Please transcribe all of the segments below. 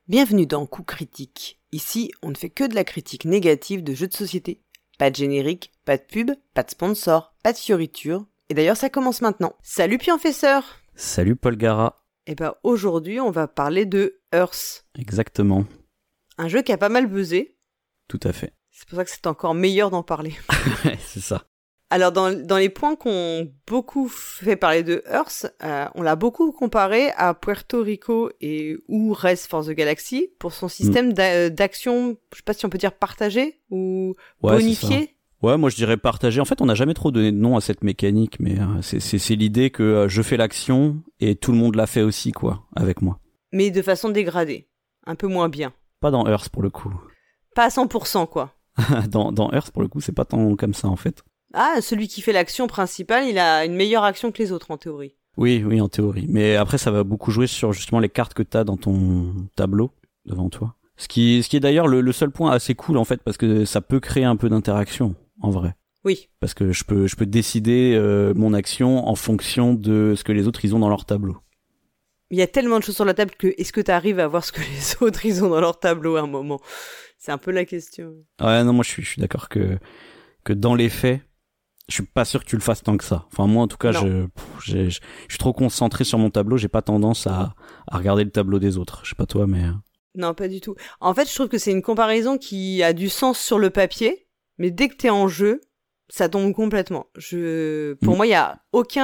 Bienvenue dans Coup Critique. Ici, on ne fait que de la critique négative de jeux de société. Pas de générique, pas de pub, pas de sponsor, pas de fioriture. Et d'ailleurs, ça commence maintenant. Salut Pionfesseur. Salut Paul Gara. Et aujourd'hui, on va parler de Hearth. Exactement. Un jeu qui a pas mal buzzé. Tout à fait. C'est pour ça que c'est encore meilleur d'en parler. C'est ça. Alors, dans les points qu'on beaucoup fait parler de Hearth, on l'a beaucoup comparé à Puerto Rico ou Race for the Galaxy pour son système d'action, je sais pas si on peut dire partagé ou bonifié. Ouais, moi je dirais partagé. En fait, on n'a jamais trop donné de nom à cette mécanique, mais c'est l'idée que je fais l'action et tout le monde l'a fait aussi, quoi, avec moi. Mais de façon dégradée, un peu moins bien. Pas dans Hearth pour le coup. Pas à 100%, quoi. dans Hearth pour le coup, c'est pas tant comme ça en fait. Ah, celui qui fait l'action principale, il a une meilleure action que les autres en théorie. Oui, en théorie. Mais après, ça va beaucoup jouer sur justement les cartes que t'as dans ton tableau devant toi. Ce qui est d'ailleurs le seul point assez cool en fait, parce que ça peut créer un peu d'interaction en vrai. Oui. Parce que je peux décider mon action en fonction de ce que les autres ils ont dans leur tableau. Il y a tellement de choses sur la table que est-ce que tu arrives à voir ce que les autres ils ont dans leur tableau à un moment? C'est un peu la question. Ouais, non, moi je suis d'accord que dans les faits, je suis pas sûr que tu le fasses tant que ça. Enfin moi en tout cas, je suis trop concentré sur mon tableau, j'ai pas tendance à regarder le tableau des autres. Je sais pas toi, mais non, pas du tout. En fait, je trouve que c'est une comparaison qui a du sens sur le papier, mais dès que t'es en jeu, ça tombe complètement. Pour moi, il y a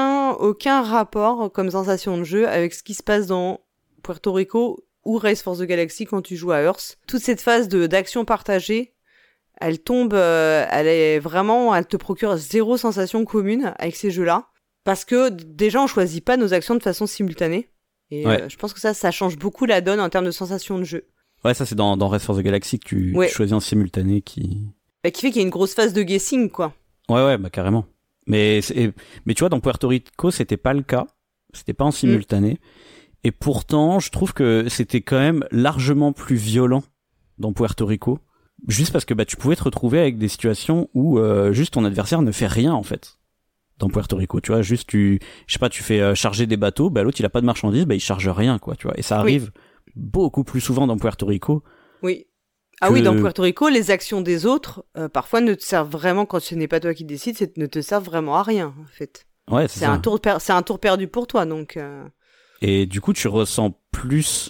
aucun rapport comme sensation de jeu avec ce qui se passe dans Puerto Rico ou Race for the Galaxy quand tu joues à Hearth. Toute cette phase d'action partagée, elle tombe, elle te procure zéro sensation commune avec ces jeux-là. Parce que déjà, on choisit pas nos actions de façon simultanée. Et ouais. je pense que ça change beaucoup la donne en termes de sensation de jtu Ouais, ça c'est dans Race for the Galaxy que tu choisis en simultané qui fait qu'il y a une grosse phase de guessing, quoi. Ouais, bah carrément. Mais tu vois, dans Puerto Rico, c'était pas le cas. C'était pas en simultané. Et pourtant, je trouve que c'était quand même largement plus violent dans Puerto Rico. Juste parce que tu pouvais te retrouver avec des situations où juste ton adversaire ne fait rien en fait. Dans Puerto Rico, tu vois, juste tu fais charger des bateaux, l'autre il a pas de marchandises, il charge rien quoi, tu vois. Et ça arrive beaucoup plus souvent dans Puerto Rico. Oui. Ah oui, dans Puerto Rico, les actions des autres parfois ne te servent vraiment, quand ce n'est pas toi qui décides, ne te servent vraiment à rien en fait. Ouais, c'est ça. C'est un tour perdu pour toi donc. Et du coup, tu ressens plus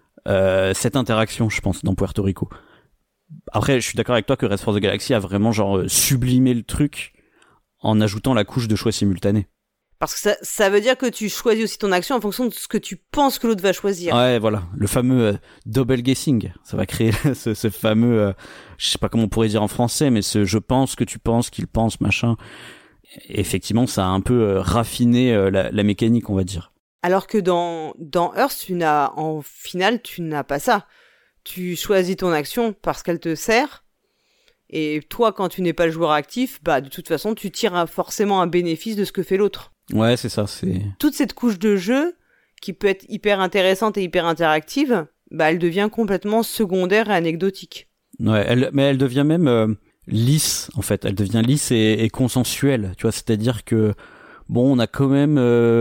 cette interaction, je pense, dans Puerto Rico. Après, je suis d'accord avec toi que Race for the Galaxy a vraiment sublimé le truc en ajoutant la couche de choix simultané. Parce que ça veut dire que tu choisis aussi ton action en fonction de ce que tu penses que l'autre va choisir. Ouais, voilà, le fameux double guessing. Ça va créer ce fameux, je sais pas comment on pourrait dire en français, mais ce je pense que tu penses qu'il pense, machin. Et effectivement, ça a un peu raffiné la mécanique, on va dire. Alors que dans Hearth, en finale, tu n'as pas ça. Tu choisis ton action parce qu'elle te sert. Et toi, quand tu n'es pas le joueur actif, de toute façon, tu tires forcément un bénéfice de ce que fait l'autre. Ouais, c'est ça, c'est... Toute cette couche de jeu, qui peut être hyper intéressante et hyper interactive, elle devient complètement secondaire et anecdotique. Ouais, mais elle devient même lisse, en fait. Elle devient lisse et consensuelle, tu vois. C'est-à-dire que, on a quand même...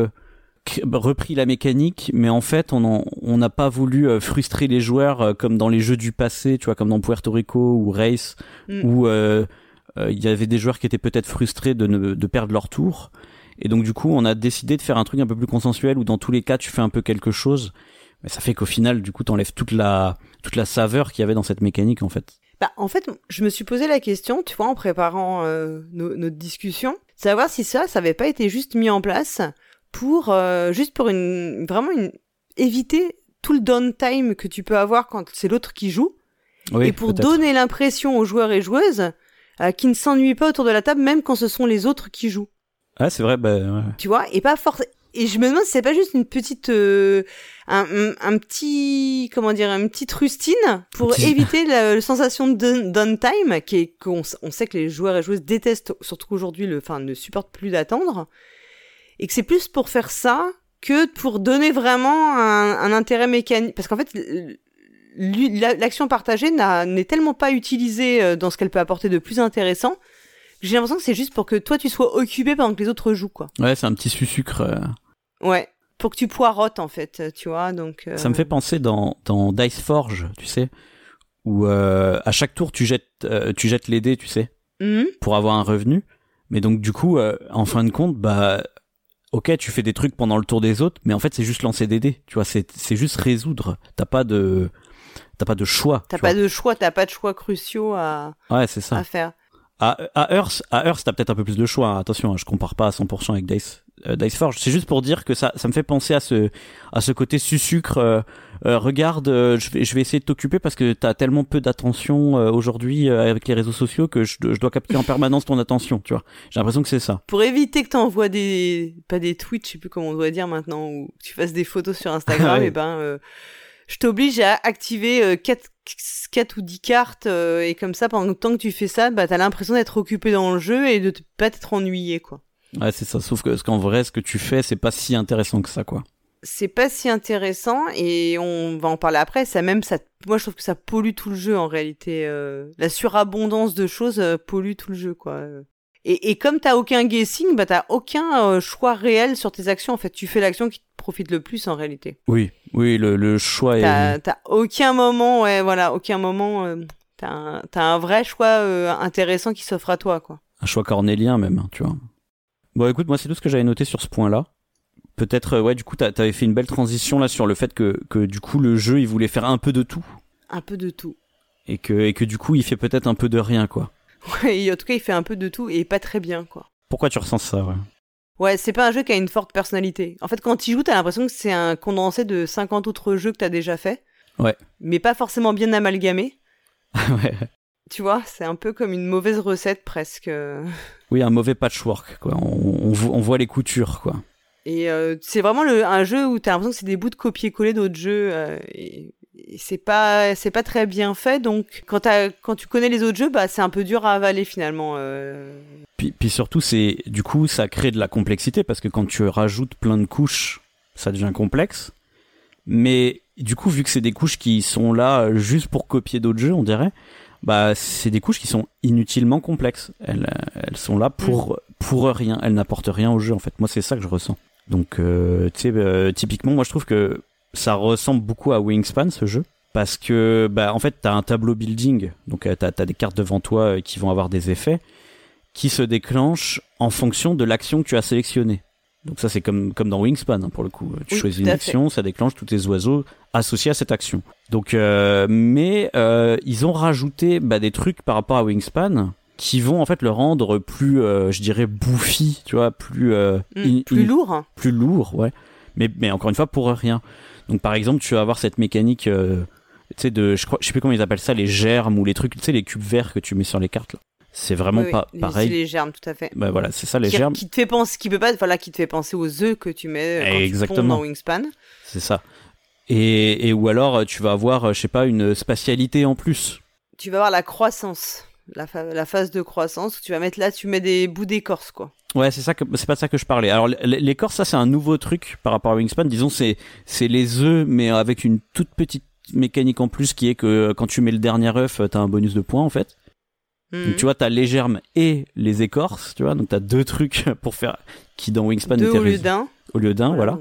repris la mécanique, mais en fait on n'a pas voulu frustrer les joueurs comme dans les jeux du passé, tu vois, comme dans Puerto Rico ou Race, où il y avait des joueurs qui étaient peut-être frustrés de perdre leur tour, et donc du coup on a décidé de faire un truc un peu plus consensuel où dans tous les cas tu fais un peu quelque chose, mais ça fait qu'au final du coup t'enlèves toute la saveur qu'il y avait dans cette mécanique en fait. En fait, je me suis posé la question, tu vois, en préparant notre discussion, savoir si ça avait pas été juste mis en place pour éviter tout le downtime que tu peux avoir quand c'est l'autre qui joue, et pour peut-être donner l'impression aux joueurs et joueuses qui ne s'ennuient pas autour de la table même quand ce sont les autres qui jouent. Ah, c'est vrai, ouais. Tu vois, et pas forcément. Et je me demande si c'est pas juste une petite une petite rustine pour éviter la sensation de downtime qu'on sait que les joueurs et joueuses détestent, surtout aujourd'hui, ne supportent plus d'attendre. Et que c'est plus pour faire ça que pour donner vraiment un intérêt mécanique. Parce qu'en fait, l'action partagée n'est tellement pas utilisée dans ce qu'elle peut apporter de plus intéressant, que j'ai l'impression que c'est juste pour que toi tu sois occupé pendant que les autres jouent, quoi. Ouais, c'est un petit sucre. Ouais. pour que tu poirotes en fait, tu vois. Donc Ça me fait penser dans Dice Forge, tu sais, où à chaque tour tu jettes les dés, tu sais, pour avoir un revenu. Mais donc du coup, en fin de compte, bah ok, tu fais des trucs pendant le tour des autres, mais en fait c'est juste lancer des dés, tu vois, c'est juste résoudre. T'as pas de choix. T'as pas de choix cruciaux à faire. À Earth, t'as peut-être un peu plus de choix. Hein. Attention, je compare pas à 100% avec Dice Forge. C'est juste pour dire que ça me fait penser à ce côté sucre. Regarde, je vais essayer de t'occuper parce que t'as tellement peu d'attention aujourd'hui avec les réseaux sociaux que je dois capter en permanence ton attention. Tu vois, j'ai l'impression que c'est ça. Pour éviter que t'envoies pas des tweets, je sais plus comment on doit dire maintenant, ou que tu fasses des photos sur Instagram, Ouais. Je t'oblige à activer 4 ou 10 cartes et comme ça, pendant le temps que tu fais ça, bah, t'as l'impression d'être occupé dans le jeu et de pas t'être ennuyé, quoi. Ouais, c'est ça. Sauf qu'en vrai, ce que tu fais, c'est pas si intéressant que ça, quoi. C'est pas si intéressant et on va en parler après. Moi, je trouve que ça pollue tout le jeu, en réalité. La surabondance de choses pollue tout le jeu, quoi. Et comme t'as aucun guessing, bah t'as aucun choix réel sur tes actions. En fait, tu fais l'action qui te profite le plus en réalité. Oui, le choix est. T'as aucun moment, t'as un vrai choix intéressant qui s'offre à toi, quoi. Un choix cornélien même, hein, tu vois. Bon, écoute, moi c'est tout ce que j'avais noté sur ce point-là. Peut-être, ouais, du coup, t'avais fait une belle transition là sur le fait que du coup le jeu il voulait faire un peu de tout. Un peu de tout. Et que du coup il fait peut-être un peu de rien, quoi. Ouais, en tout cas, il fait un peu de tout et pas très bien, quoi. Pourquoi tu ressens ça, ouais? Ouais, c'est pas un jeu qui a une forte personnalité. En fait, quand tu y joues, t'as l'impression que c'est un condensé de 50 autres jeux que t'as déjà fait. Ouais. Mais pas forcément bien amalgamé. Ouais. Tu vois, c'est un peu comme une mauvaise recette, presque. Oui, un mauvais patchwork, quoi. On voit les coutures, quoi. Et c'est vraiment un jeu où t'as l'impression que c'est des bouts de copier-coller d'autres jeux. Et c'est pas très bien fait, donc quand tu connais les autres jeux, bah c'est un peu dur à avaler finalement. Puis surtout, du coup ça crée de la complexité parce que quand tu rajoutes plein de couches, ça devient complexe. Mais du coup, vu que c'est des couches qui sont là juste pour copier d'autres jeux, on dirait, bah c'est des couches qui sont inutilement complexes. Elles sont là pour rien. Elles n'apportent rien au jeu en fait. Moi, c'est ça que je ressens. Donc, tu sais, typiquement, moi je trouve que ça ressemble beaucoup à Wingspan, ce jeu, parce que bah en fait t'as un tableau building, donc t'as des cartes devant toi qui vont avoir des effets qui se déclenchent en fonction de l'action que tu as sélectionnée. Donc ça c'est comme dans Wingspan, hein, pour le coup. Tu choisis une action, ça déclenche tous tes oiseaux associés à cette action. Donc mais ils ont rajouté des trucs par rapport à Wingspan qui vont en fait le rendre plus, je dirais, bouffi, tu vois, plus lourd. Plus lourd, ouais. Mais encore une fois, pour rien. Donc par exemple, tu vas avoir cette mécanique, tu sais, je sais plus comment ils appellent ça, les germes ou les trucs, tu sais, les cubes verts que tu mets sur les cartes là. C'est vraiment pas pareil. C'est les germes, tout à fait. Bah voilà, c'est ça, les germes. Qui te fait penser, qui te fait penser aux œufs que tu mets quand tu ponds dans Wingspan. C'est ça. Et ou alors tu vas avoir, je sais pas, une spatialité en plus. Tu vas avoir la croissance, la phase de croissance où tu vas mettre là, tu mets des bouts d'écorce, quoi. Ouais, c'est pas de ça que je parlais. Alors l'écorce, ça c'est un nouveau truc par rapport à Wingspan. Disons c'est les œufs mais avec une toute petite mécanique en plus qui est que quand tu mets le dernier œuf, t'as un bonus de points en fait. Donc tu vois, t'as les germes et les écorces, tu vois, donc t'as deux trucs pour faire qui dans Wingspan étaient au lieu d'un, voilà.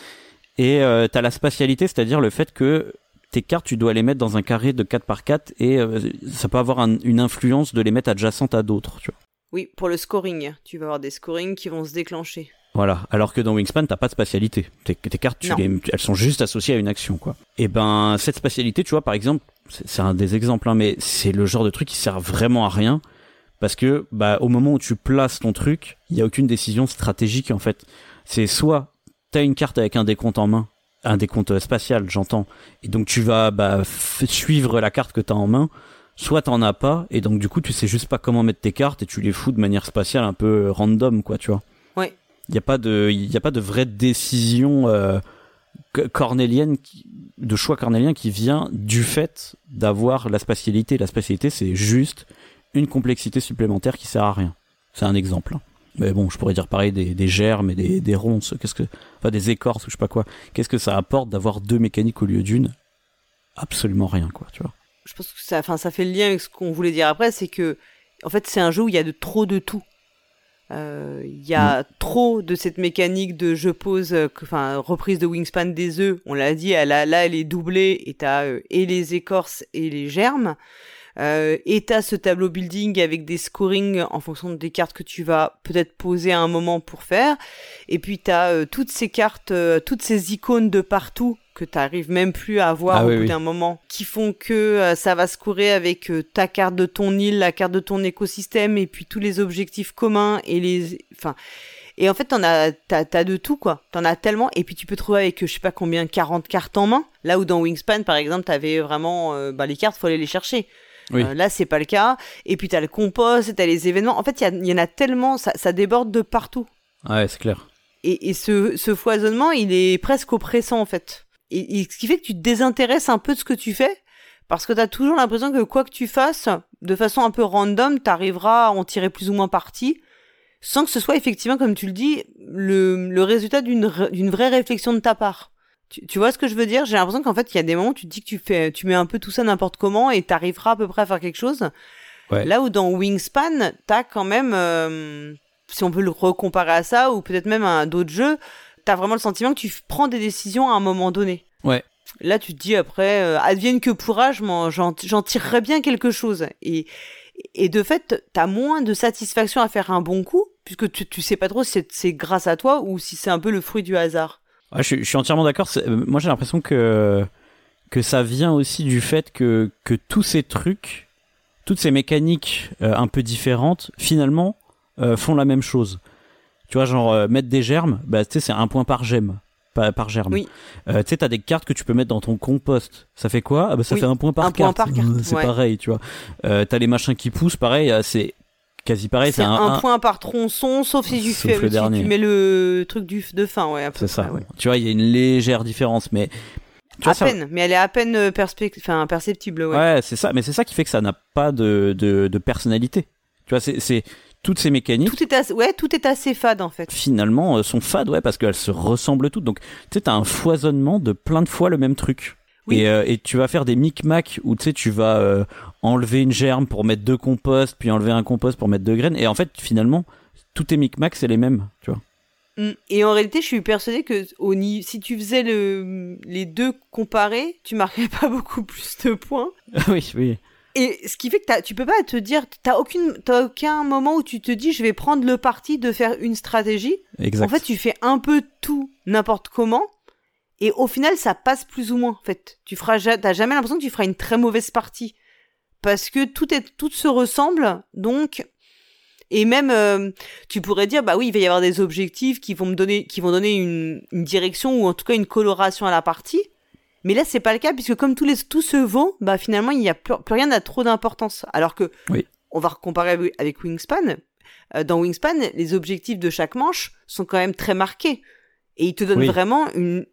Et t'as la spatialité, c'est-à-dire le fait que tes cartes, tu dois les mettre dans un carré de 4x4 et ça peut avoir une influence de les mettre adjacentes à d'autres, tu vois. Oui, pour le scoring. Tu vas avoir des scorings qui vont se déclencher. Voilà. Alors que dans Wingspan, t'as pas de spatialité. Tes cartes, elles sont juste associées à une action, quoi. Et ben, cette spatialité, tu vois, par exemple, c'est un des exemples, hein, mais c'est le genre de truc qui sert vraiment à rien. Parce que, au moment où tu places ton truc, il y a aucune décision stratégique, en fait. C'est soit t'as une carte avec un décompte en main, un décompte spatial, j'entends. Et donc tu vas, suivre la carte que t'as en main. Soit t'en as pas, et donc du coup tu sais juste pas comment mettre tes cartes et tu les fous de manière spatiale un peu random, quoi, tu vois. Ouais. Il y a pas de vraie décision cornélienne, de choix cornélien qui vient du fait d'avoir la spatialité. La spatialité, c'est juste une complexité supplémentaire qui sert à rien. C'est un exemple. Mais bon, je pourrais dire pareil des germes et des ronces, des écorces ou je sais pas quoi. Qu'est-ce que ça apporte d'avoir deux mécaniques au lieu d'une? Absolument rien, quoi, tu vois. Je pense que ça fait le lien avec ce qu'on voulait dire après, c'est que, en fait, c'est un jeu où il y a trop de tout. Il y a trop de cette mécanique de je pose, reprise de Wingspan des œufs. On l'a dit, elle est doublée et t'as et les écorces et les germes. Et t'as ce tableau building avec des scorings en fonction des cartes que tu vas peut-être poser à un moment pour faire. Et puis t'as toutes ces cartes, toutes ces icônes de partout que t'arrives même plus à voir au bout d'un moment, qui font que ça va scorer avec ta carte de ton île, la carte de ton écosystème, et puis tous les objectifs communs et en fait, t'as de tout, quoi. T'en as tellement, et puis tu peux trouver avec, je sais pas combien, 40 cartes en main. Là où dans Wingspan, par exemple, t'avais vraiment, les cartes, faut aller les chercher. Oui. Là, c'est pas le cas. Et puis t'as le compost, t'as les événements. En fait, il y en a tellement, ça déborde de partout. Ouais, c'est clair. Et ce foisonnement, il est presque oppressant, en fait. Et ce qui fait que tu te désintéresses un peu de ce que tu fais, parce que t'as toujours l'impression que quoi que tu fasses, de façon un peu random, t'arriveras à en tirer plus ou moins parti, sans que ce soit effectivement, comme tu le dis, le résultat d'une vraie réflexion de ta part. Tu vois ce que je veux dire? J'ai l'impression qu'en fait, il y a des moments où tu te dis que tu mets un peu tout ça n'importe comment et t'arriveras à peu près à faire quelque chose. Ouais. Là où dans Wingspan, t'as quand même, si on peut le recomparer à ça, ou peut-être même à d'autres jeux, t'as vraiment le sentiment que tu prends des décisions à un moment donné. Ouais. Là, tu te dis après, advienne que pourra, j'en tirerai bien quelque chose. Et de fait, t'as moins de satisfaction à faire un bon coup, puisque tu sais pas trop si c'est grâce à toi ou si c'est un peu le fruit du hasard. Ouais, je suis entièrement d'accord. Moi, j'ai l'impression que ça vient aussi du fait que tous ces trucs, toutes ces mécaniques un peu différentes, finalement, font la même chose. Tu vois, genre, mettre des germes, tu sais, c'est 1 point par gemme. Par germe. Oui. Tu sais, t'as des cartes que tu peux mettre dans ton compost. Ça fait quoi? Ça fait 1 point par carte. C'est pareil, tu vois. T'as les machins qui poussent, pareil, c'est quasi pareil. C'est un point par tronçon, sauf si tu mets le truc de fin, ouais. C'est ça. Ouais. Tu vois, il y a une légère différence, mais mais elle est à peine perceptible, ouais. Ouais, c'est ça. Mais c'est ça qui fait que ça n'a pas de personnalité. Tu vois, c'est toutes ces mécaniques. Tout est assez fade en fait. Finalement, sont fades, ouais, parce qu'elles se ressemblent toutes. Donc, tu sais, t'as un foisonnement de plein de fois le même truc. Oui. Et tu vas faire des micmacs où tu sais, tu vas enlever une germe pour mettre 2 composts, puis enlever un compost pour mettre 2 graines. Et en fait, finalement, tous tes micmacs, c'est les mêmes, tu vois. Et en réalité, je suis persuadée que si tu faisais les deux comparés, tu marquerais pas beaucoup plus de points. Oui. Et ce qui fait que tu peux pas te dire, t'as aucun moment où tu te dis, je vais prendre le parti de faire une stratégie. Exact. En fait, tu fais un peu tout, n'importe comment. Et au final, ça passe plus ou moins, en fait. T'as jamais l'impression que tu feras une très mauvaise partie. Parce que tout se ressemble, donc, et même, tu pourrais dire, bah oui, il va y avoir des objectifs qui vont donner une direction, ou en tout cas une coloration à la partie. Mais là, c'est pas le cas, puisque comme tout se vaut, bah finalement, il n'y a plus rien n'a trop d'importance. Alors que, on va comparer avec Wingspan. Dans Wingspan, les objectifs de chaque manche sont quand même très marqués. Et ils te donnent vraiment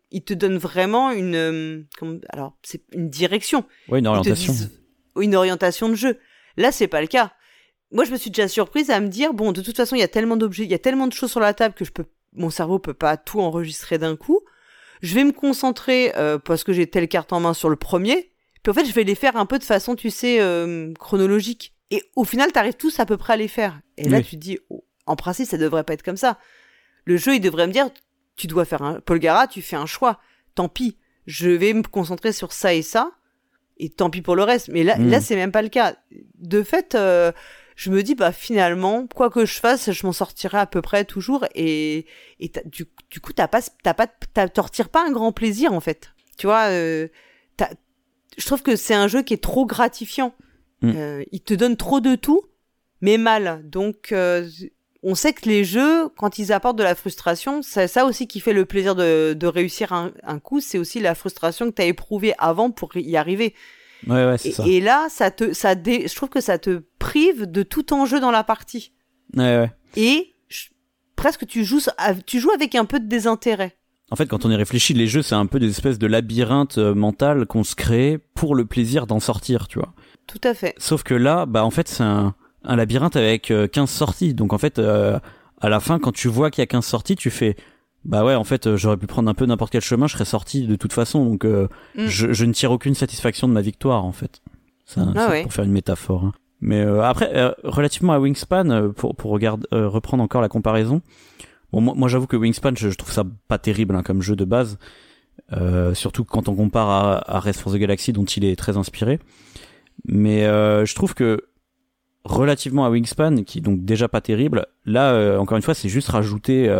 c'est une direction. Oui, une orientation. Une orientation de jeu. Là, c'est pas le cas. Moi, je me suis déjà surprise à me dire, bon, de toute façon, il y a tellement d'objets, il y a tellement de choses sur la table que mon cerveau peut pas tout enregistrer d'un coup. Je vais me concentrer parce que j'ai telle carte en main sur le premier. Puis en fait, je vais les faire un peu de façon, tu sais, chronologique. Et au final, t'arrives tous à peu près à les faire. Et là, tu te dis, en principe, ça devrait pas être comme ça. Le jeu, il devrait me dire, tu dois faire Polgara, tu fais un choix. Tant pis, je vais me concentrer sur ça et ça. Et tant pis pour le reste. Mais là, c'est même pas le cas. De fait, je me dis, bah finalement, quoi que je fasse, je m'en sortirai à peu près toujours. Et du coup, t'en retires pas un grand plaisir, en fait. Tu vois, je trouve que c'est un jeu qui est trop gratifiant. Il te donne trop de tout, mais mal. Donc, on sait que les jeux, quand ils apportent de la frustration, c'est ça aussi qui fait le plaisir de réussir un coup. C'est aussi la frustration que t'as éprouvée avant pour y arriver. Ouais, c'est ça. Et là, je trouve que ça te prive de tout enjeu dans la partie. Ouais. Et presque tu joues avec un peu de désintérêt. En fait, quand on y réfléchit, les jeux, c'est un peu des espèces de labyrinthes mental qu'on se crée pour le plaisir d'en sortir, tu vois. Tout à fait. Sauf que là, bah en fait, c'est un labyrinthe avec 15 sorties. Donc en fait, à la fin, quand tu vois qu'il y a 15 sorties, tu fais... Bah ouais, en fait, j'aurais pu prendre un peu n'importe quel chemin, je serais sorti de toute façon. Donc je ne tire aucune satisfaction de ma victoire, en fait. Ça, pour faire une métaphore. Hein. Mais après, relativement à Wingspan, pour reprendre encore la comparaison, bon, moi j'avoue que Wingspan, je trouve ça pas terrible comme jeu de base, surtout quand on compare à Race for the Galaxy, dont il est très inspiré. Mais je trouve que relativement à Wingspan, qui est donc déjà pas terrible, là, encore une fois, c'est juste rajouter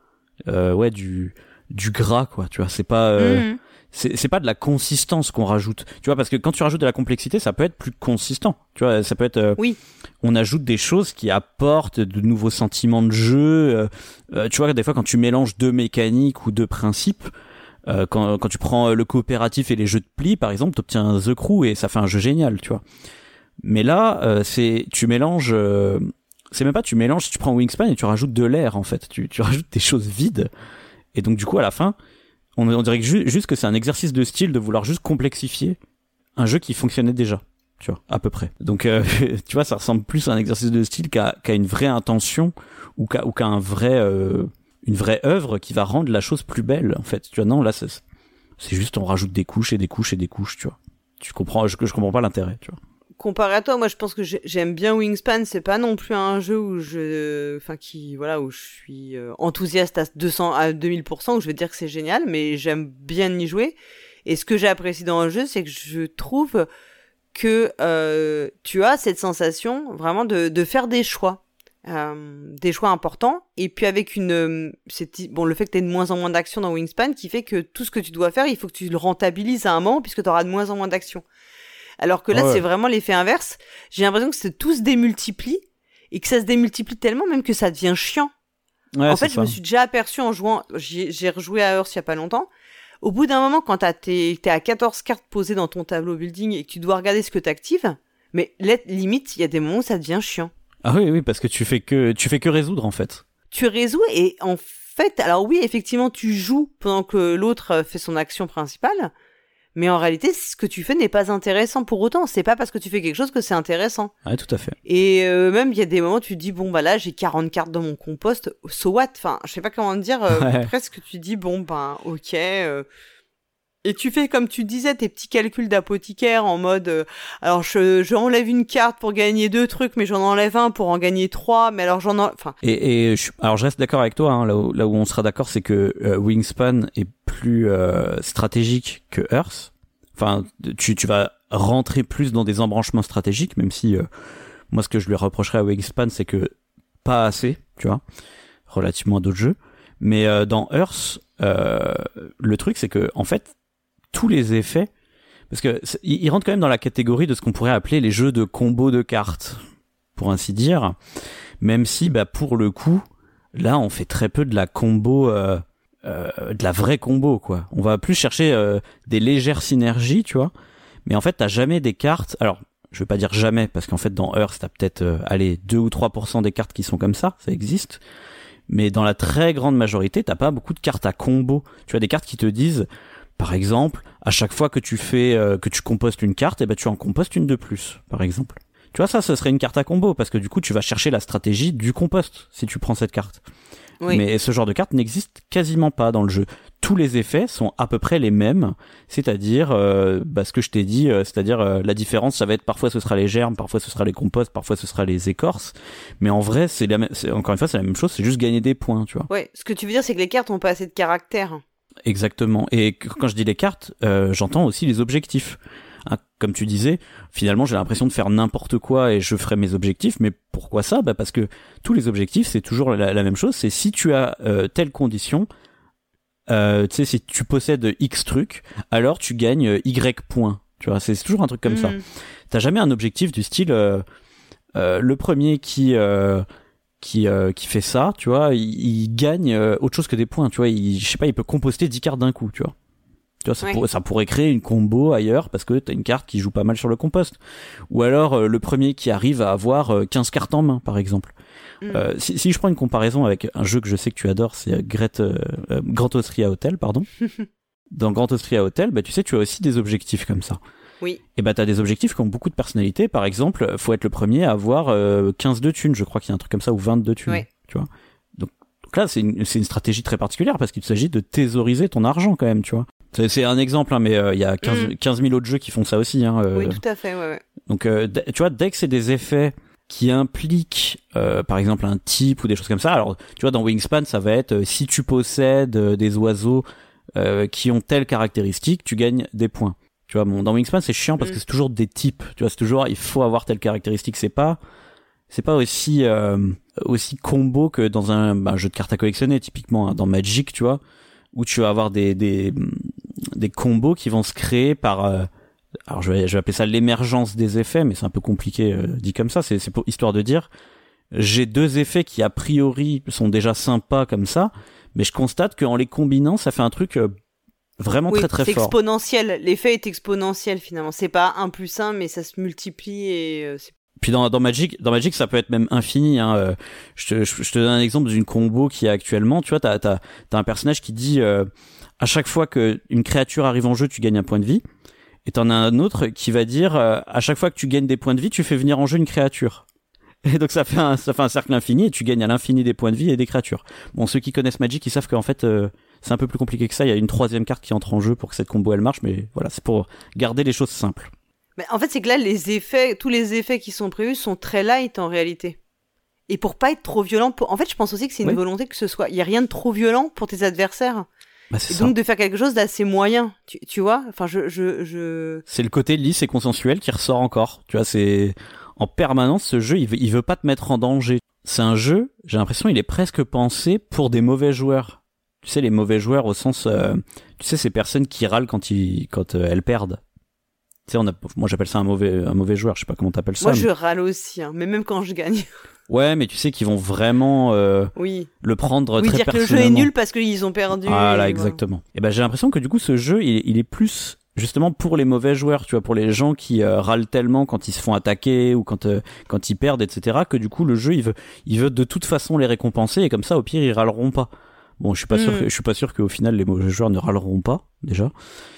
du gras, quoi. Tu vois, c'est pas c'est pas de la consistance qu'on rajoute, tu vois, parce que quand tu rajoutes de la complexité, ça peut être plus consistant, tu vois, ça peut être oui, on ajoute des choses qui apportent de nouveaux sentiments de jeu, tu vois, des fois quand tu mélanges deux mécaniques ou deux principes, quand tu prends le coopératif et les jeux de pli par exemple, t'obtiens The Crew et ça fait un jeu génial, tu vois. Mais là tu mélanges c'est même pas tu mélanges, tu prends Wingspan et tu rajoutes de l'air en fait, tu rajoutes des choses vides, et donc du coup à la fin on dirait que juste que c'est un exercice de style de vouloir juste complexifier un jeu qui fonctionnait déjà, tu vois, à peu près. Donc tu vois, ça ressemble plus à un exercice de style qu'à une vraie intention ou qu'à une vraie œuvre qui va rendre la chose plus belle, en fait. Tu vois, non, là c'est juste on rajoute des couches et des couches et des couches, tu vois. Je comprends pas l'intérêt, tu vois. Comparé à toi, moi je pense que j'aime bien Wingspan, c'est pas non plus un jeu où où je suis enthousiaste à 2000%, où je vais dire que c'est génial, mais j'aime bien y jouer. Et ce que j'apprécie dans le jeu, c'est que je trouve que tu as cette sensation vraiment de faire des choix importants, et puis avec le fait que tu aies de moins en moins d'action dans Wingspan qui fait que tout ce que tu dois faire, il faut que tu le rentabilises à un moment puisque tu auras de moins en moins d'action. Alors que là, c'est vraiment l'effet inverse. J'ai l'impression que tout se démultiplie, et que ça se démultiplie tellement même que ça devient chiant. Ouais, en fait, je me suis déjà aperçu en jouant, j'ai rejoué à Hearth il y a pas longtemps. Au bout d'un moment, quand t'es à 14 cartes posées dans ton tableau building et que tu dois regarder ce que t'actives, mais limite, il y a des moments où ça devient chiant. Ah oui, parce que tu fais que résoudre en fait. Tu résous, et en fait, alors oui, effectivement, tu joues pendant que l'autre fait son action principale. Mais en réalité, ce que tu fais n'est pas intéressant pour autant. C'est pas parce que tu fais quelque chose que c'est intéressant. Ouais, tout à fait. Et même, il y a des moments où tu te dis, bon, bah là, j'ai 40 cartes dans mon compost, so what? Enfin, je sais pas comment te dire, presque tu dis, bon, ben, ok. Et tu fais, comme tu disais, tes petits calculs d'apothicaire en mode, alors je enlève une carte pour gagner 2 trucs, mais j'en enlève un pour en gagner 3, mais alors enfin. Alors je reste d'accord avec toi, hein, là où on sera d'accord, c'est que Wingspan est plus stratégique que Hearth. Enfin, tu vas rentrer plus dans des embranchements stratégiques, même si moi ce que je lui reprocherais à Wingspan, c'est que pas assez, tu vois, relativement à d'autres jeux. Mais dans Hearth, le truc c'est que en fait tous les effets, parce que il rentre quand même dans la catégorie de ce qu'on pourrait appeler les jeux de combo de cartes, pour ainsi dire, même si pour le coup là on fait très peu de la combo, de la vraie combo, quoi. On va plus chercher des légères synergies, tu vois, mais en fait t'as jamais des cartes, alors je vais pas dire jamais, parce qu'en fait dans Hearth t'as peut-être 2 ou 3% des cartes qui sont comme ça existe, mais dans la très grande majorité t'as pas beaucoup de cartes à combo. Tu as des cartes qui te disent, par exemple, à chaque fois que tu fais que tu compostes une carte, tu en compostes une de plus, par exemple. Tu vois, ça, ce serait une carte à combo, parce que du coup, tu vas chercher la stratégie du compost, si tu prends cette carte. Oui. Mais ce genre de carte n'existe quasiment pas dans le jeu. Tous les effets sont à peu près les mêmes, c'est-à-dire, ce que je t'ai dit, c'est-à-dire la différence, ça va être parfois ce sera les germes, parfois ce sera les composts, parfois ce sera les écorces, mais en vrai, encore une fois, c'est la même chose, c'est juste gagner des points, tu vois. Ouais, ce que tu veux dire, c'est que les cartes ont pas assez de caractère. Exactement. Et quand je dis les cartes, j'entends aussi les objectifs. Hein, comme tu disais, finalement, j'ai l'impression de faire n'importe quoi et je ferai mes objectifs. Mais pourquoi ça ? Parce que tous les objectifs, c'est toujours la même chose. C'est si tu as telle condition, tu sais, si tu possèdes X trucs, alors tu gagnes Y points. Tu vois, c'est toujours un truc comme ça. T'as jamais un objectif du style le premier qui fait ça, tu vois, il gagne autre chose que des points, tu vois, je sais pas, il peut composter 10 cartes d'un coup, tu vois. Tu vois, ça pourrait créer une combo ailleurs parce que t'as une carte qui joue pas mal sur le compost. Ou alors le premier qui arrive à avoir 15 cartes en main, par exemple. Si je prends une comparaison avec un jeu que je sais que tu adores, c'est Grand Austria Hotel, pardon. Dans Grand Austria Hotel, tu sais, tu as aussi des objectifs comme ça. Oui. Et t'as des objectifs qui ont beaucoup de personnalité. Par exemple, faut être le premier à avoir 15 de thunes, je crois qu'il y a un truc comme ça, ou 20 de thunes. Tu vois. Donc là, c'est une stratégie très particulière parce qu'il s'agit de thésauriser ton argent quand même, tu vois. C'est un exemple, hein, mais il y a 15 000 autres jeux qui font ça aussi. Hein, oui, tout à fait, ouais. Donc, tu vois, dès que c'est des effets qui impliquent, par exemple, un type ou des choses comme ça. Alors, tu vois, dans Wingspan, ça va être si tu possèdes des oiseaux qui ont telle caractéristique, tu gagnes des points. Tu vois, bon, dans Wingspan, c'est chiant parce que c'est toujours des types. Tu vois, c'est toujours il faut avoir telle caractéristique. C'est pas aussi combo que dans un jeu de cartes à collectionner, typiquement dans Magic, tu vois, où tu vas avoir des combos qui vont se créer par alors je vais appeler ça l'émergence des effets, mais c'est un peu compliqué dit comme ça. C'est pour histoire de dire j'ai deux effets qui a priori sont déjà sympas comme ça, mais je constate qu'en les combinant, ça fait un truc vraiment très très c'est fort. Exponentiel. L'effet est exponentiel finalement. C'est pas 1 plus 1, mais ça se multiplie et Puis dans Magic, ça peut être même infini. Hein. Je te donne un exemple d'une combo qui est actuellement. Tu vois, t'as un personnage qui dit à chaque fois que une créature arrive en jeu, tu gagnes un point de vie. Et t'en as un autre qui va dire à chaque fois que tu gagnes des points de vie, tu fais venir en jeu une créature. Et donc ça fait un cercle infini et tu gagnes à l'infini des points de vie et des créatures. Bon, ceux qui connaissent Magic, ils savent qu'en fait c'est un peu plus compliqué que ça. Il y a une troisième carte qui entre en jeu pour que cette combo elle marche, mais voilà, c'est pour garder les choses simples. Mais en fait, c'est que là, tous les effets qui sont prévus sont très light en réalité. Et pour pas être trop violent, en fait, je pense aussi que c'est une volonté que il y a rien de trop violent pour tes adversaires. Bah, c'est et ça. donc de faire quelque chose d'assez moyen, tu vois. Enfin, C'est le côté lisse et consensuel qui ressort encore. Tu vois, c'est en permanence ce jeu, il veut pas te mettre en danger. C'est un jeu, j'ai l'impression, il est presque pensé pour des mauvais joueurs. Tu sais, les mauvais joueurs au sens, tu sais, ces personnes qui râlent quand elles perdent. Tu sais, moi j'appelle ça un mauvais joueur. Je sais pas comment t'appelles ça. Moi, je râle aussi, hein, mais même quand je gagne. Ouais, mais tu sais qu'ils vont vraiment le prendre très personnellement. Oui, dire que le jeu est nul parce qu'ils ont perdu. Ah là, exactement. Et ben j'ai l'impression que du coup ce jeu, il est plus justement pour les mauvais joueurs, tu vois, pour les gens qui râlent tellement quand ils se font attaquer ou quand ils perdent, etc. Que du coup le jeu, il veut de toute façon les récompenser et comme ça au pire ils râleront pas. Bon, je suis pas sûr qu'au final les mauvais joueurs ne râleront pas déjà.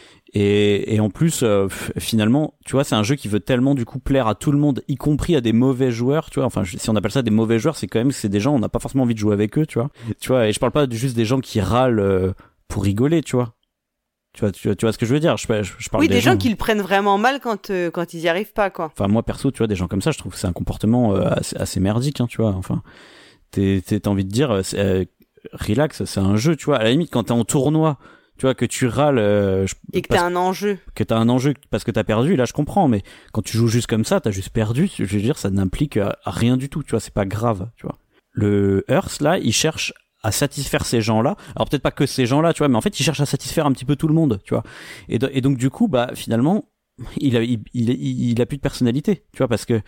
Et en plus, finalement, tu vois, c'est un jeu qui veut tellement du coup plaire à tout le monde, y compris à des mauvais joueurs, tu vois. Enfin, si on appelle ça des mauvais joueurs, c'est quand même que c'est des gens, on n'a pas forcément envie de jouer avec eux, tu vois. Tu vois, et je parle pas juste des gens qui râlent pour rigoler, tu vois. Tu vois ce que je veux dire. Je parle des gens qui le prennent vraiment mal quand ils y arrivent pas, quoi. Enfin, moi perso, tu vois, des gens comme ça, je trouve que c'est un comportement assez merdique, hein, tu vois. Enfin, t'as envie de dire, relax, c'est un jeu, tu vois. À la limite, quand t'es en tournoi. Tu vois, que tu râles et que t'as un enjeu. Que t'as un enjeu parce que t'as perdu, là je comprends, mais quand tu joues juste comme ça, t'as juste perdu, je veux dire, ça n'implique rien du tout, tu vois, c'est pas grave, tu vois. Le Hearth, là, il cherche à satisfaire ces gens-là, alors peut-être pas que ces gens-là, tu vois, mais en fait, il cherche à satisfaire un petit peu tout le monde, tu vois. Et donc, du coup, bah, finalement, il a plus de personnalité, tu vois, parce que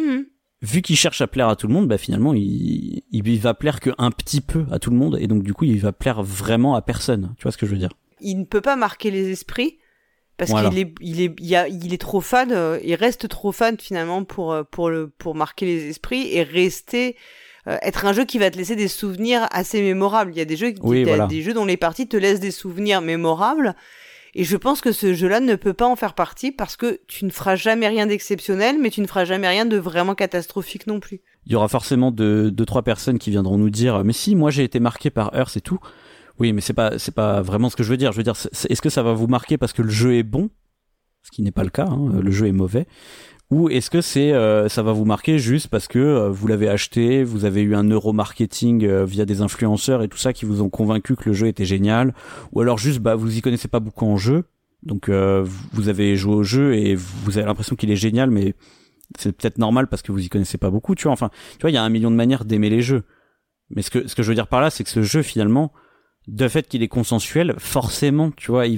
vu qu'il cherche à plaire à tout le monde, bah finalement, il va plaire qu'un petit peu à tout le monde, et donc du coup, il va plaire vraiment à personne, tu vois ce que je veux dire. Il ne peut pas marquer les esprits parce qu'il est trop fade, il reste trop fade finalement pour marquer les esprits et rester être un jeu qui va te laisser des souvenirs assez mémorables. Il y a des jeux des jeux dont les parties te laissent des souvenirs mémorables et je pense que ce jeu-là ne peut pas en faire partie parce que tu ne feras jamais rien d'exceptionnel mais tu ne feras jamais rien de vraiment catastrophique non plus. Il y aura forcément deux, trois personnes qui viendront nous dire mais si, moi j'ai été marqué par Hearth et tout. Oui, mais c'est pas vraiment ce que je veux dire. Je veux dire, est-ce que ça va vous marquer parce que le jeu est bon, ce qui n'est pas le cas, hein, le jeu est mauvais, ou est-ce que ça va vous marquer juste parce que vous l'avez acheté, vous avez eu un neuromarketing via des influenceurs et tout ça qui vous ont convaincu que le jeu était génial, ou alors juste vous y connaissez pas beaucoup en jeu, donc vous avez joué au jeu et vous avez l'impression qu'il est génial, mais c'est peut-être normal parce que vous y connaissez pas beaucoup, tu vois. Enfin, tu vois, il y a 1 million de manières d'aimer les jeux, mais ce que je veux dire par là, c'est que ce jeu finalement, de fait qu'il est consensuel, forcément, tu vois,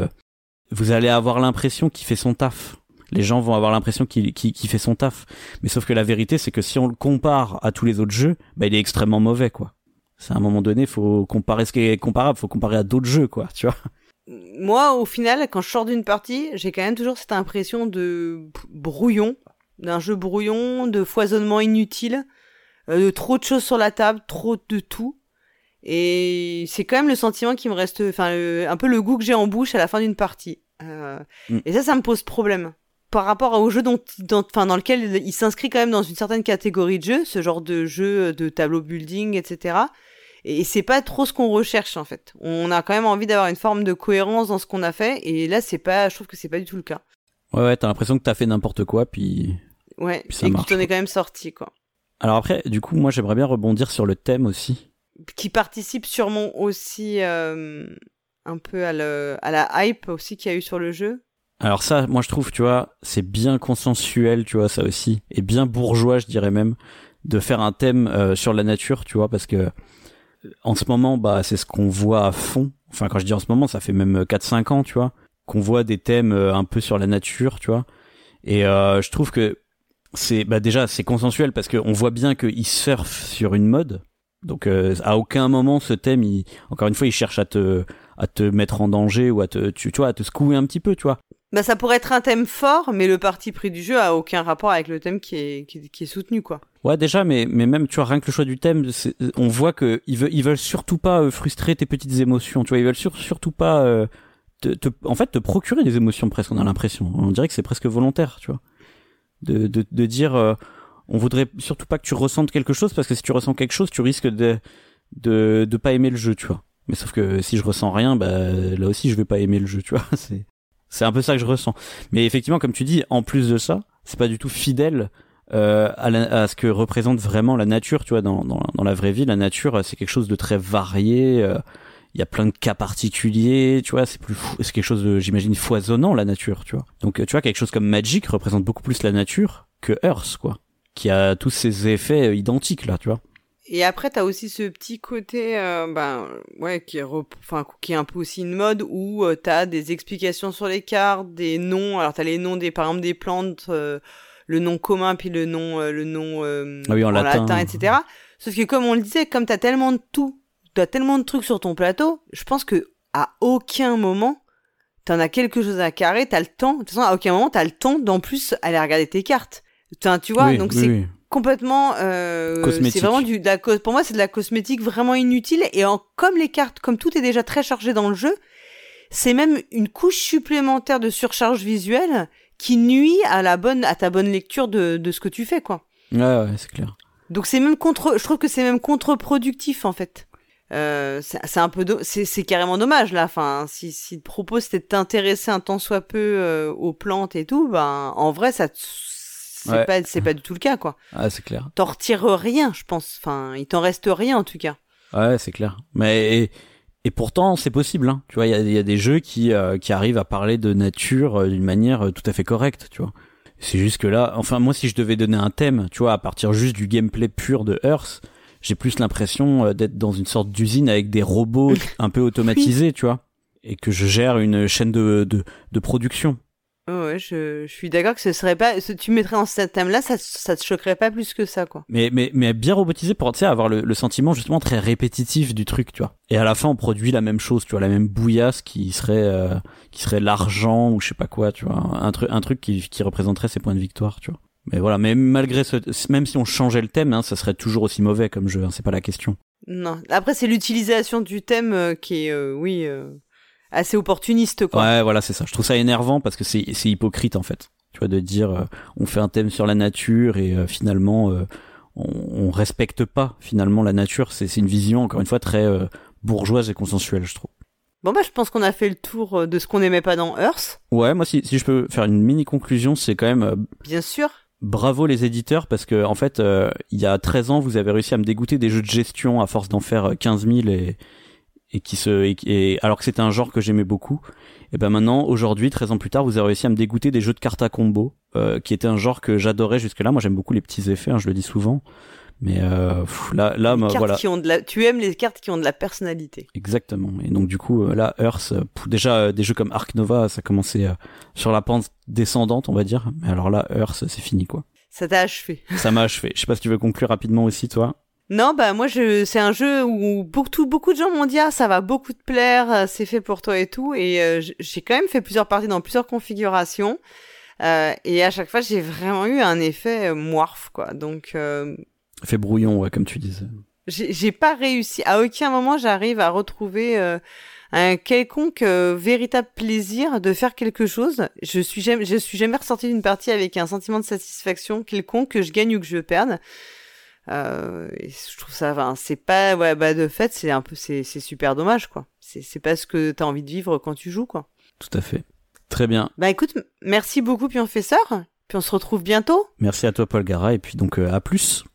vous allez avoir l'impression qu'il fait son taf. Les gens vont avoir l'impression qu'il fait son taf. Mais sauf que la vérité, c'est que si on le compare à tous les autres jeux, bah, il est extrêmement mauvais, quoi. C'est à un moment donné, faut comparer ce qui est comparable, faut comparer à d'autres jeux, quoi, tu vois. Moi, au final, quand je sors d'une partie, j'ai quand même toujours cette impression de brouillon, d'un jeu brouillon, de foisonnement inutile, de trop de choses sur la table, trop de tout. Et c'est quand même le sentiment qui me reste, un peu le goût que j'ai en bouche à la fin d'une partie. Et ça me pose problème. Par rapport au jeu dans lequel il s'inscrit quand même dans une certaine catégorie de jeu, ce genre de jeu de tableau building, etc. Et c'est pas trop ce qu'on recherche, en fait. On a quand même envie d'avoir une forme de cohérence dans ce qu'on a fait, et là, je trouve que c'est pas du tout le cas. Ouais, t'as l'impression que t'as fait n'importe quoi, puis ça et marche. que tu en es quand même sorti, quoi. Alors après, du coup, moi, j'aimerais bien rebondir sur le thème aussi. Qui participe sûrement aussi un peu à la hype aussi qu'il y a eu sur le jeu. Alors ça, moi, je trouve, tu vois, c'est bien consensuel, tu vois, ça aussi, et bien bourgeois, je dirais même, de faire un thème sur la nature, tu vois, parce que en ce moment, bah, c'est ce qu'on voit à fond. Enfin, quand je dis en ce moment, ça fait même 4-5 ans, tu vois, qu'on voit des thèmes un peu sur la nature, tu vois. Et je trouve que déjà c'est consensuel parce qu'on voit bien qu'il surfe sur une mode. Donc à aucun moment ce thème, encore une fois, il cherche à te mettre en danger ou tu vois, à te secouer un petit peu, tu vois. Bah ça pourrait être un thème fort, mais le parti pris du jeu a aucun rapport avec le thème qui est soutenu, quoi. Ouais, déjà, mais même, tu vois, rien que le choix du thème, on voit que ils veulent surtout pas frustrer tes petites émotions, tu vois, ils veulent surtout pas en fait te procurer des émotions presque, on a l'impression. On dirait que c'est presque volontaire, tu vois. De dire on voudrait surtout pas que tu ressentes quelque chose parce que si tu ressens quelque chose, tu risques de pas aimer le jeu, tu vois. Mais sauf que si je ressens rien, bah là aussi je vais pas aimer le jeu, tu vois. C'est un peu ça que je ressens. Mais effectivement, comme tu dis, en plus de ça, c'est pas du tout fidèle à ce que représente vraiment la nature, tu vois, dans la vraie vie. La nature, c'est quelque chose de très varié. Il y a plein de cas particuliers, tu vois, c'est quelque chose de, j'imagine, foisonnant, la nature, tu vois. Donc, tu vois, quelque chose comme Magic représente beaucoup plus la nature que Earth, quoi, qui a tous ces effets identiques, là, tu vois. Et après, t'as aussi ce petit côté, qui est un peu aussi une mode où t'as des explications sur les cartes, des noms. Alors, t'as les noms par exemple, des plantes, le nom commun, puis le nom en latin, etc. Sauf que, comme on le disait, comme t'as tellement de trucs sur ton plateau, je pense que à aucun moment t'en as quelque chose à carrer, t'as le temps. De toute façon, à aucun moment t'as le temps d'en plus aller regarder tes cartes. Tu vois, donc c'est complètement cosmétique. C'est vraiment pour moi c'est de la cosmétique vraiment inutile, et comme les cartes, comme tout est déjà très chargé dans le jeu, c'est même une couche supplémentaire de surcharge visuelle qui nuit à ta bonne lecture de ce que tu fais, quoi. Ouais, c'est clair. Donc je trouve que c'est même contre-productif, en fait. C'est un peu c'est carrément dommage là. Enfin, si le propos c'était de t'intéresser un tant soit peu aux plantes et tout, ben en vrai c'est pas du tout le cas, quoi. Ah, c'est clair. T'en retires rien, je pense. Enfin, il t'en reste rien en tout cas. Ouais, c'est clair. Mais et pourtant c'est possible, hein. Tu vois, il y a des jeux qui arrivent à parler de nature d'une manière tout à fait correcte, tu vois. C'est juste que là, enfin moi si je devais donner un thème, tu vois, à partir juste du gameplay pur de Earth, j'ai plus l'impression d'être dans une sorte d'usine avec des robots un peu automatisés, oui. Tu vois, et que je gère une chaîne de production. Oh ouais, je suis d'accord que ce serait pas, tu mettrais dans ce thème-là, ça te choquerait pas plus que ça, quoi. Mais bien robotisé pour, tu sais, avoir le sentiment justement très répétitif du truc, tu vois. Et à la fin, on produit la même chose, tu vois, la même bouillasse qui serait l'argent ou je sais pas quoi, tu vois, un truc qui représenterait ses points de victoire, tu vois. Mais voilà, mais malgré même si on changeait le thème, hein, ça serait toujours aussi mauvais comme jeu, hein, c'est pas la question. Non. Après, c'est l'utilisation du thème qui est, assez opportuniste, quoi. Ouais, voilà, c'est ça. Je trouve ça énervant parce que c'est hypocrite, en fait. Tu vois, de dire, on fait un thème sur la nature et finalement, on respecte pas, finalement, la nature. C'est une vision, encore une fois, très bourgeoise et consensuelle, je trouve. Bon, bah, je pense qu'on a fait le tour de ce qu'on n'aimait pas dans Earth. Ouais, moi, si je peux faire une mini conclusion, c'est quand même... Bien sûr. Bravo les éditeurs, parce que en fait, il y a 13 ans, vous avez réussi à me dégoûter des jeux de gestion à force d'en faire 15 000 et alors que c'était un genre que j'aimais beaucoup. Et ben maintenant, aujourd'hui, 13 ans plus tard, vous avez réussi à me dégoûter des jeux de cartes à combo, qui était un genre que j'adorais jusque-là. Moi, j'aime beaucoup les petits effets, hein, je le dis souvent. Mais là, voilà. Tu aimes les cartes qui ont de la personnalité. Exactement. Et donc du coup, là, Earth, déjà des jeux comme Ark Nova, ça commençait sur la pente descendante, on va dire. Mais alors là, Earth, c'est fini, quoi. Ça t'a achevé. Ça m'a achevé. Je sais pas si tu veux conclure rapidement aussi, toi. Non, bah moi c'est un jeu où beaucoup de gens m'ont dit ça va beaucoup te plaire, c'est fait pour toi et tout, et j'ai quand même fait plusieurs parties dans plusieurs configurations, et à chaque fois j'ai vraiment eu un effet moirf, quoi. Donc fait brouillon, ouais, comme tu disais. J'ai pas réussi, à aucun moment j'arrive à retrouver un quelconque véritable plaisir de faire quelque chose. Je suis jamais ressortie d'une partie avec un sentiment de satisfaction quelconque, que je gagne ou que je perde. Et je trouve ça, c'est pas, de fait, c'est super dommage, quoi. C'est pas ce que t'as envie de vivre quand tu joues, quoi. Tout à fait. Très bien. Bah écoute, merci beaucoup, Pionfesseur. Puis on se retrouve bientôt. Merci à toi, Paul Gara, et puis donc à plus.